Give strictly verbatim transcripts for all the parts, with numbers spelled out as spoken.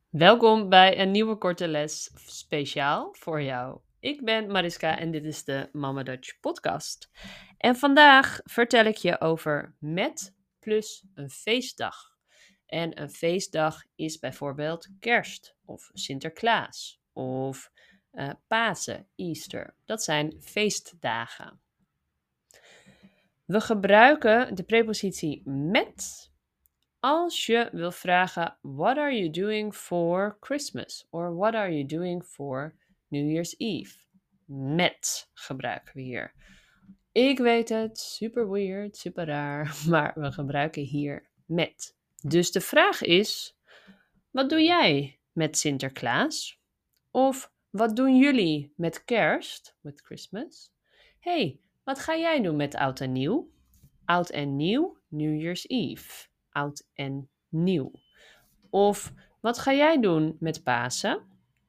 Welkom bij een nieuwe korte les speciaal voor jou. Ik ben Mariska en dit is de Mama Dutch podcast. En vandaag vertel ik je over met plus een feestdag. En een feestdag is bijvoorbeeld kerst of Sinterklaas of eh, Pasen, Easter. Dat zijn feestdagen. We gebruiken de prepositie met als je wil vragen, what are you doing for Christmas? Or what are you doing for New Year's Eve? Met gebruiken we hier. Ik weet het, super weird, super raar, maar we gebruiken hier met. Dus de vraag is, wat doe jij met Sinterklaas? Of wat doen jullie met kerst, met Christmas? Hey, wat ga jij doen met oud en nieuw? Oud en nieuw, New Year's Eve. Oud en nieuw. Of wat ga jij doen met Pasen?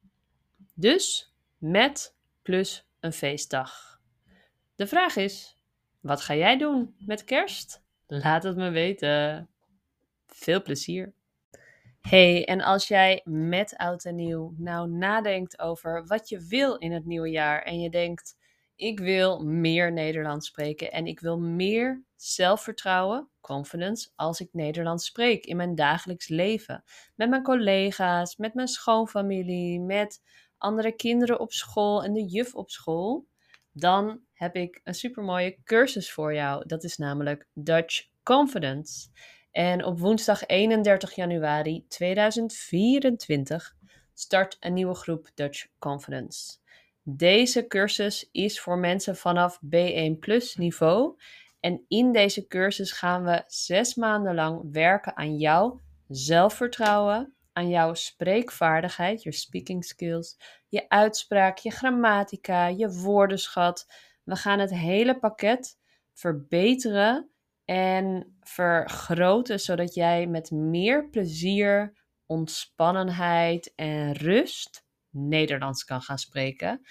Dus met plus een feestdag. De vraag is, wat ga jij doen met kerst? Laat het me weten. Veel plezier. Hey, en als jij met oud en nieuw nou nadenkt over wat je wil in het nieuwe jaar en je denkt, ik wil meer Nederlands spreken en ik wil meer zelfvertrouwen, confidence, als ik Nederlands spreek in mijn dagelijks leven. Met mijn collega's, met mijn schoonfamilie, met andere kinderen op school en de juf op school. Dan heb ik een supermooie cursus voor jou. Dat is namelijk Dutch Confidence. En op woensdag eenendertig januari tweeduizend vierentwintig start een nieuwe groep Dutch Confidence. Deze cursus is voor mensen vanaf B één plus niveau. En in deze cursus gaan we zes maanden lang werken aan jouw zelfvertrouwen, aan jouw spreekvaardigheid, je speaking skills, je uitspraak, je grammatica, je woordenschat. We gaan het hele pakket verbeteren en vergroten, zodat jij met meer plezier, ontspannenheid en rust Nederlands kan gaan spreken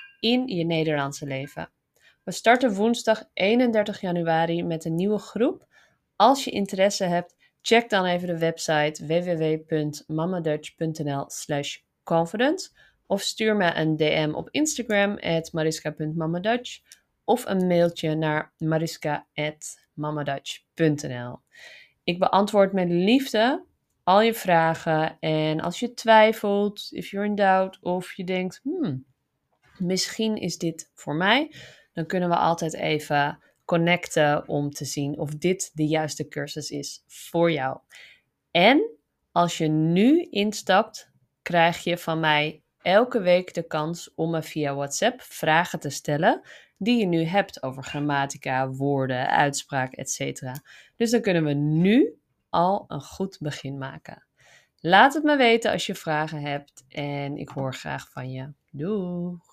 in je Nederlandse leven. We starten woensdag eenendertig januari met een nieuwe groep. Als je interesse hebt, check dan even de website w w w punt mamadutch punt n l slash confidence of stuur me een D M op Instagram at mariska punt mamadutch of een mailtje naar mariska at mamadutch punt n l. Ik beantwoord met liefde al je vragen en als je twijfelt, if you're in doubt of je denkt, hmm, misschien is dit voor mij, dan kunnen we altijd even connecten om te zien of dit de juiste cursus is voor jou. En als je nu instapt, krijg je van mij elke week de kans om me via WhatsApp vragen te stellen die je nu hebt over grammatica, woorden, uitspraak, et cetera. Dus dan kunnen we nu al een goed begin maken. Laat het me weten als je vragen hebt en ik hoor graag van je. Doei!